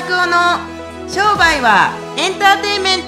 拓夫の商売はエンターテインメント。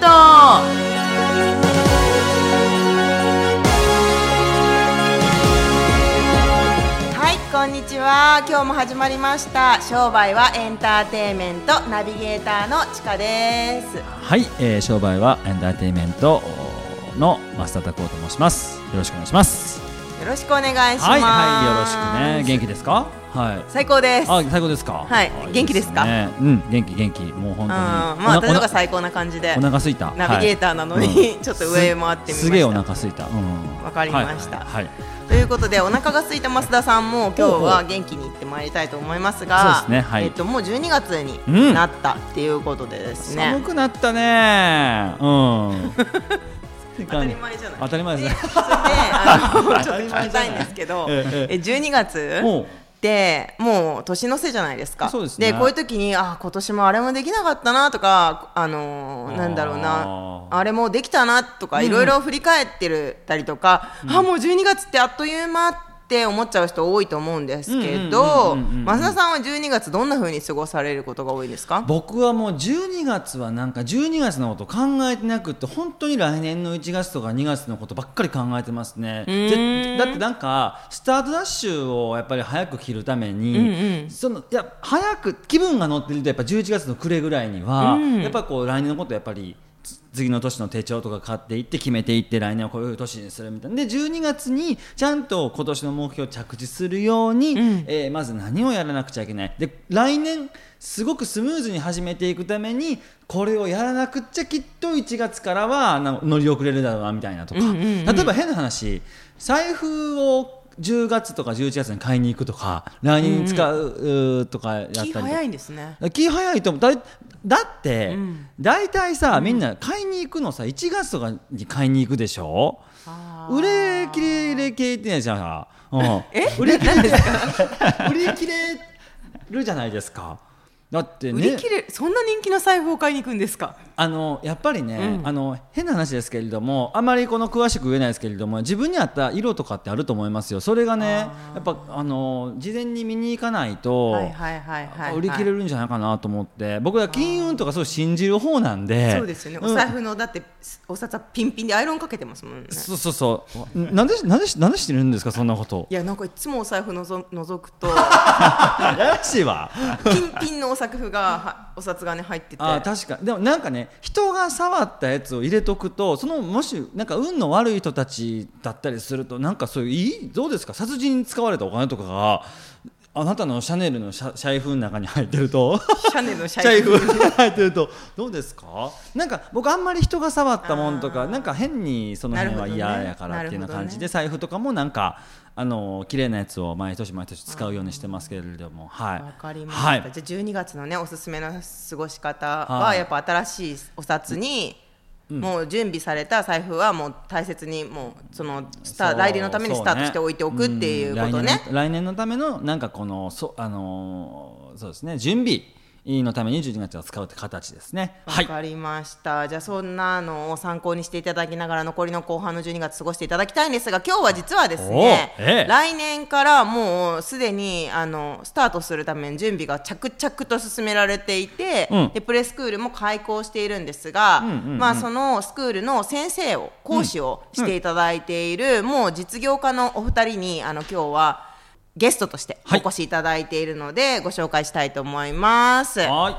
はい、こんにちは。今日も始まりました商売はエンターテインメント、ナビゲーターのちかです。 はい、商売はエンターテインメントの増田拓夫と申します。よろしくお願いします。 よろしくお願いします。 はい、はい、よろしくね。元気ですか？はい。 最高です。 あ、最高ですか？ はい。元気ですか？ ね、うん、元気。もう本当に。 まあ私のが最高な感じで。 お腹空いた。 ナビゲーターなのに、ちょっと上回ってみました。 すげえお腹空いた。わかりました。 はい。 ということでお腹が空いた増田さんも今日は元気にいってまいりたいと思いますが、 そうですね。はい。 もう12月になったっていうことでですね。 寒くなったね。 当たり前じゃない。 当たり前ですね。 それでちょっと聞きたいんですけど、12月でもう年の瀬じゃないですか。 そうですね。 でこういう時に今年もあれもできなかったなとかなんだろうな、あれもできたなとかいろいろ振り返ってるたりとか、もう12月ってあっという間って思っちゃう人多いと思うんですけど、増田さんは12月どんな風に過ごされることが多いですか？ 僕はもう12月はなんか12月のこと考えてなくって、本当に来年の1月とか2月のことばっかり考えてますね。だってなんかスタートダッシュをやっぱり早く切るために、早く気分が乗ってるとやっぱ11月の暮れぐらいには、やっぱこう来年のことやっぱり次の年の手帳とか買っていって決めていって、来年はこういう年にするみたいなで、12月にちゃんと今年の目標を着地するように、まず何をやらなくちゃいけない。で来年すごくスムーズに始めていくためにこれをやらなくっちゃきっと1月からは乗り遅れるだろうなみたいなとか、例えば変な話、財布を10月とか11月に買いに行くとか、来年に使うとかやったりとか、 気早いんですね。 気早いと思う。だって、大体さ、みんな買いに行くのさ1月とかに買いに行くでしょ。売れ切れってないじゃん。売れ切れるじゃないですか。だってね、 売り切れ、そんな人気の財布を買いに行くんですか？ やっぱりね、変な話ですけれども、あまりこの詳しく言えないですけれども、自分に合った色とかってあると思いますよ。それがね、やっぱ事前に見に行かないと売り切れるんじゃないかなと思って、僕は金運とかそう信じる方なんで。 そうですよね。お財布のだってお札はピンピンでアイロンかけてますもんね。 そうなんでしてるんですか、そんなこと。 いや、なんかいつもお財布覗くとやらしいわ。 ピンピンのお札がね入ってて。 確かでもなんかね、人が触ったやつを入れとくと、もしなんか運の悪い人たちだったりすると、なんかそういうどうですか、殺人に使われたお金とかがあなたのシャネルの財布の中に入ってるとシャネルの財布に入ってるとどうですか。なんか僕あんまり人が触ったもんとか、なんか変にその辺は嫌やからっていうような感じで、財布とかもなんか綺麗なやつを毎年使うようにしてますけれども。はい。 わかりました。じゃあ12月のねおすすめの過ごし方は、やっぱ新しいお札にもう準備された財布はもう大切に、もう来年のためにスタートしておいておくっていうことね。 来年のためのなんかそうですね、準備のために12月を使うって形ですね。 わかりました。じゃあそんなのを参考にしていただきながら、残りの後半の12月過ごしていただきたいんですが、今日は実はですね、来年からもうすでにスタートするために準備が着々と進められていて、でプレスクールも開講しているんですが、そのスクールの先生を講師をしていただいている、もう実業家のお二人に今日はゲストとしてお越しいただいているので、ご紹介したいと思います。はい、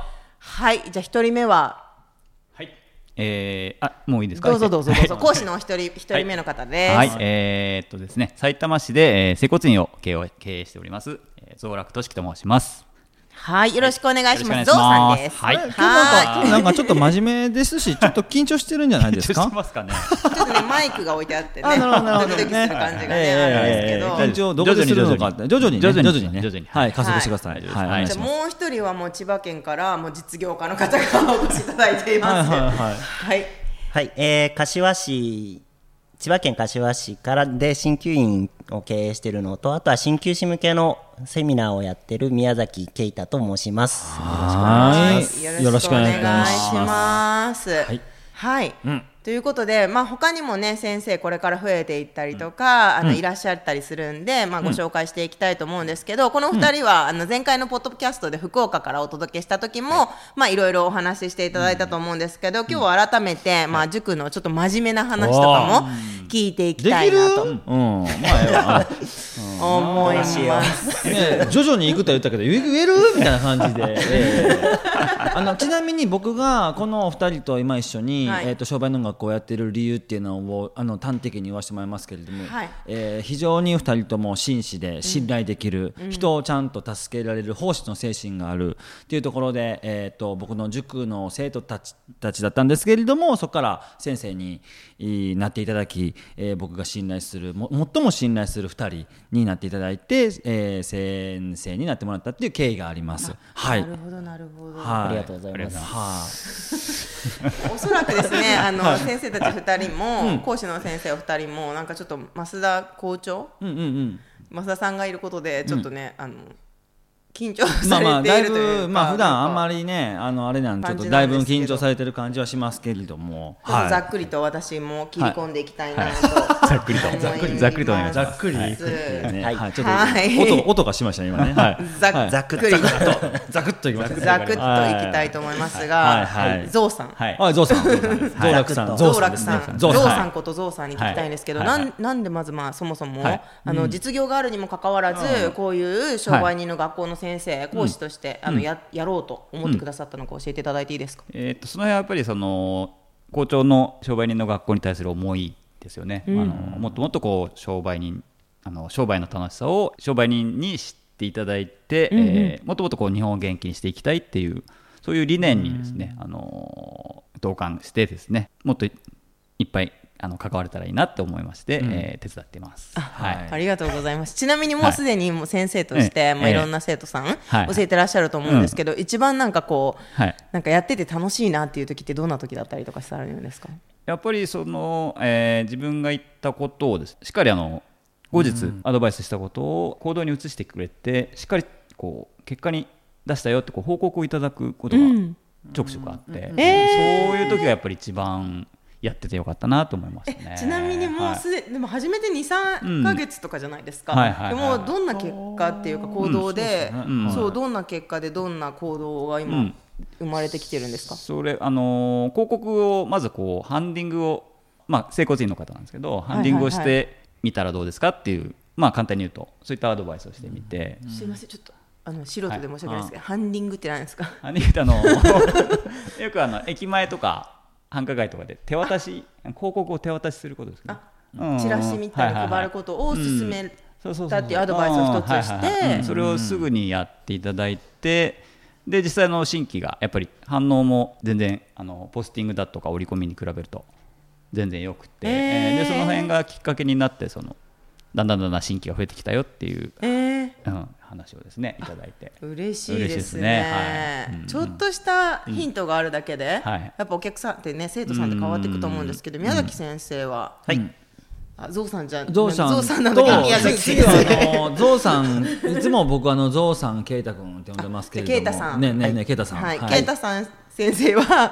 じゃあ一人目は、 もういいですか。 どうぞ講師の一人目の方です。 はい、ですね、埼玉市で、整骨院を経営しております増楽俊樹と申します。 はい、よろしくお願いします。ゾウさんです。 今日なんかちょっと真面目ですし、ちょっと緊張してるんじゃないですか。 緊張してますかね。 ちょっとねマイクが置いてあってね、ドキドキする感じがねあるんですけど、 どこでするのかって徐々にね、はい、加速してください。 じゃあもう一人はもう千葉県からもう実業家の方がお越しいただいています。 はい、千葉県柏市からで鍼灸院を経営しているのと、あとは鍼灸師向けのセミナーをやっている宮崎啓太と申します。 よろしくお願いします。 はい、とということで、他にもね先生これから増えていったりとか、いらっしゃったりするんで、ご紹介していきたいと思うんですけど、この2人は、前回のポッドキャストで福岡からお届けした時も、いろいろお話ししていただいたと思うんですけど、今日は改めて、塾のちょっと真面目な話とかも聞いていきたいなと思います。 徐々に行くと言ったけど言えるみたいな感じで、ちなみに僕がこの2人と今一緒に、商売の学校をやってる理由っていうのを端的に言わせてもらいますけれども、非常に2人とも紳士で信頼できる、人をちゃんと助けられる奉仕の精神があるっていうところで、僕の塾の生徒たちだったんですけれども、そこから先生になっていただき、僕が信頼する最も信頼する2人になっていただいて、先生になってもらったっていう経緯があります。 なるほどなるほど、 ありがとうございます。 おそらくですね、先生たち2人も、講師の先生お二人もなんかちょっと増田校長、増田さんがいることでちょっとね、緊張されているというか、 普段あんまりねあれなんちょっとだいぶ緊張されてる感じはしますけれども、 ざっくりと私も切り込んでいきたいなと、 ざっくりとお願いします。 ざっくりね、ちょっと音がしましたね今ね。 ざっくりざくっといきます。 ざくっといきたいと思いますが、ゾウさん、 ゾウさん、ゾウさんことゾウさんに聞きたいんですけど、なんでまずそもそも実業があるにもかかわらず、こういう商売人の学校の先生、講師としてやろうと思ってくださったのか教えていただいていいですか。 その辺はやっぱり校長の商売人の学校に対する思いですよね。もっともっとこう商売の楽しさを商売人に知っていただいて、もっともっとこう日本を元気にしていきたいっていう、そういう理念にですね、同感してですね、もっといっぱい関われたらいいなって思いまして、手伝っています。 ありがとうございます。ちなみにもうすでにもう先生として、いろんな生徒さん教えてらっしゃると思うんですけど、一番なんかこう、なんかやってて楽しいなっていう時ってどんな時だったりとかされるんですか。 やっぱり自分が言ったことをです、しっかり後日アドバイスしたことを行動に移してくれて、しっかりこう結果に出したよってこう報告をいただくことがちょくちょくあって、そういう時はやっぱり一番やっててよかったなと思いますね。 ちなみにもうすでに、でも初めて 2,3 ヶ月とかじゃないですか。でもどんな結果っていうか行動で、どんな結果でどんな行動が今生まれてきてるんですか。 それ広告をまずこうハンディングを、整骨院の方なんですけど、ハンディングをしてみたらどうですかっていう、簡単に言うとそういったアドバイスをしてみて、 すいませんちょっと素人で申し訳ないですけど、ハンディングって何ですか。 ハンディングってよく駅前とか繁華街とかで広告を手渡しすることですね。 チラシみたいに配ることを勧めたっていうアドバイスを一つして、 それをすぐにやっていただいて、で実際の新規がやっぱり反応も全然ポスティングだとか折り込みに比べると全然よくて、でその辺がきっかけになって、だんだん新規が増えてきたよっていう、話をですねいただいて嬉しいですね。ちょっとしたヒントがあるだけで、やっぱお客さんってね、生徒さんって変わっていくと思うんですけど、宮崎先生は、ゾウさんじゃん、ゾウさんなんだけど、宮崎先生ゾウさんいつも僕ゾウさんケイタ君って呼んでますけれども、 ケイタさんケイタさん、 ケイタさん先生は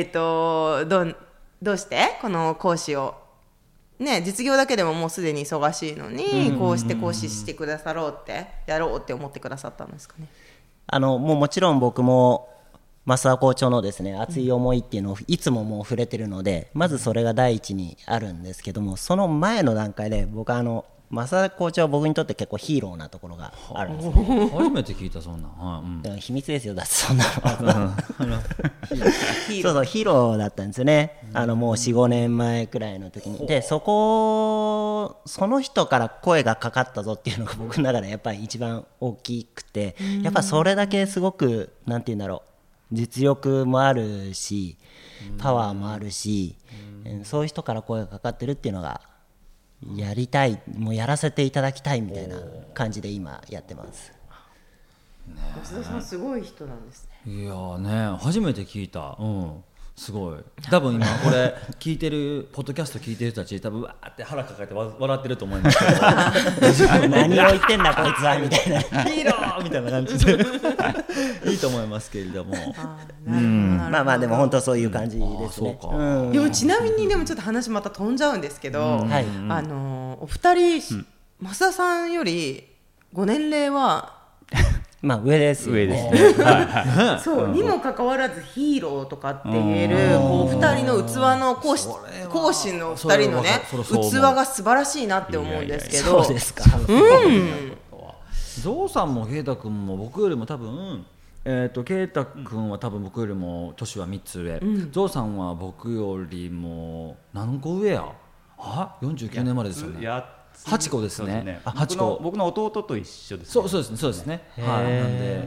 どうしてこの講師を実業だけでももうすでに忙しいのに、こうして講師してくださろうってやろうって思ってくださったんですかね。 もちろん僕も増田校長のですね熱い思いっていうのをいつももう触れてるので、まずそれが第一にあるんですけども、その前の段階で僕増田校長は僕にとって結構ヒーローなところがあるんですね。 初めて聞いたそんな、 だから秘密ですよ、だってそんなのヒーローだったんですよね。もう 4,5 年前くらいの時に。でその人から声がかかったぞっていうのが僕の中でやっぱり一番大きくて、やっぱそれだけすごくなんていうんだろう、実力もあるしパワーもあるし、そういう人から声がかかってるっていうのがやりたい、もうやらせていただきたいみたいな感じで今やってます。 増田さんすごい人なんですね。 いやね、初めて聞いた。 すごい。多分今これ聞いてるポッドキャスト聞いてる人たち多分わーって腹抱えて笑ってると思いますけど何を言ってんだこいつはみたいなヒーローみたいな感じでいいと思いますけれども、 まあまあでも本当そういう感じですね。 でもちなみにでもちょっと話また飛んじゃうんですけど、お二人、増田さんよりご年齢はまあ上ですよね。 上ですね。 そうにもかかわらずヒーローとかって言えるこう2人の器の講師の2人のね器が素晴らしいなって思うんですけど。 そうですか。 ゾウさんもケイタ君も僕よりも多分ケイタ君は多分僕よりも年は3つ上、ゾウさんは僕よりも何個上や49年までですよね。8個ですね。 僕の弟と一緒です。 そうですね。はい。なんで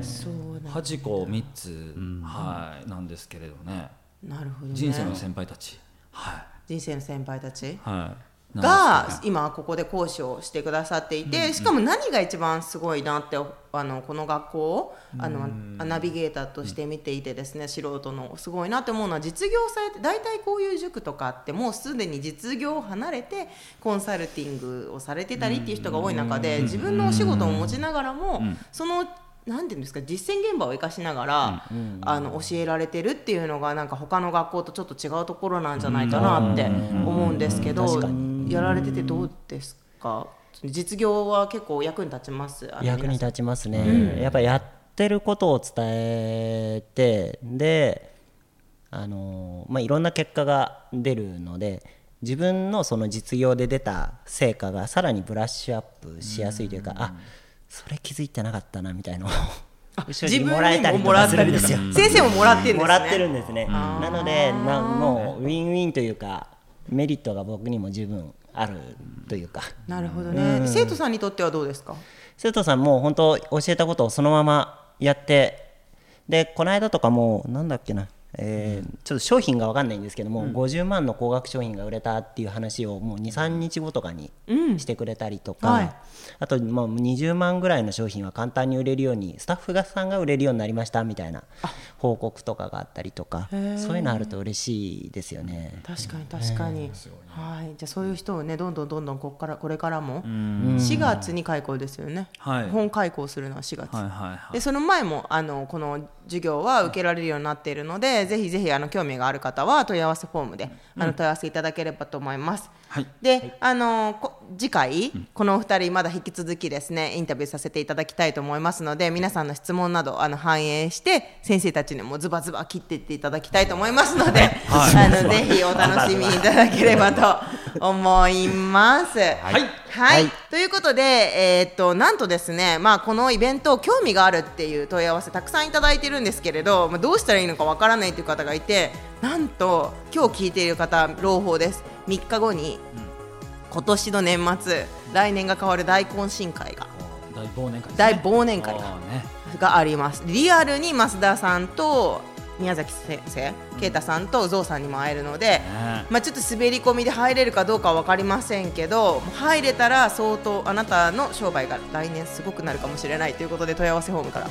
8個3つはいなんですけれどね。 なるほどね。 人生の先輩たち。はい。 人生の先輩たち。 はい。 が今ここで講師をしてくださっていて、しかも何が一番すごいなってこの学校をナビゲーターとして見ていてですね、素人のすごいなって思うのは実業されて、大体こういう塾とかってもうすでに実業を離れてコンサルティングをされてたりっていう人が多い中で、自分のお仕事を持ちながらもそのなんていうんですか、実践現場を生かしながら、教えられてるっていうのがなんか他の学校とちょっと違うところなんじゃないかなって思うんですけど、やられててどうですか？実業は結構役に立ちます？ 役に立ちますね。やっぱりやってることを伝えて、でいろんな結果が出るので、自分のその実業で出た成果がさらにブラッシュアップしやすいというか、それ気づいてなかったなみたいなのを自分にももらったりですよ。先生ももらってるんですね。 もらってるんですね。なのでもうウィンウィンというかメリットが僕にも十分あるというか。 なるほどね。生徒さんにとってはどうですか？ 生徒さんも本当教えたことをそのままやって、でこの間とかもなんだっけな、ちょっと商品が分かんないんですけども、50万の高額商品が売れたっていう話をもう 2,3 日後とかにしてくれたりとか、あと20万ぐらいの商品は簡単に売れるように、スタッフさんが売れるようになりましたみたいな報告とかがあったりとか、そういうのあると嬉しいですよね。 確かに確かに、はい。じゃあそういう人をね、どんどんこれからも4月に開講ですよね、本開講するのは4月、でその前もこの授業は受けられるようになっているので、ぜひぜひ興味がある方は問い合わせフォームで問い合わせいただければと思います。で、次回このお二人まだ引き続きですねインタビューさせていただきたいと思いますので、皆さんの質問など反映して先生たちにもズバズバ切っていっていただきたいと思いますので、ぜひお楽しみいただければと思います。ということで、なんとですね、このイベント興味があるっていう問い合わせたくさんいただいてるんですけれど、どうしたらいいのかわからないという方がいて、なんと今日聞いている方朗報です。3日後に今年の年末、来年が変わる大懇親会が大忘年会があります。リアルに増田さんと宮崎先生、啓太さんとゾウさんにも会えるので、ちょっと滑り込みで入れるかどうかは分かりませんけど、入れたら相当あなたの商売が来年すごくなるかもしれないということで、問い合わせフォームから、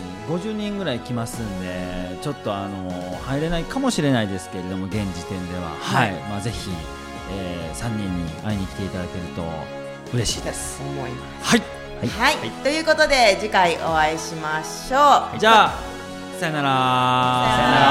50人ぐらい来ますんで、ちょっと入れないかもしれないですけれども、現時点では、ぜひ、3人に会いに来ていただけると嬉しいです思います。ということで次回お会いしましょう。 じゃあさよなら。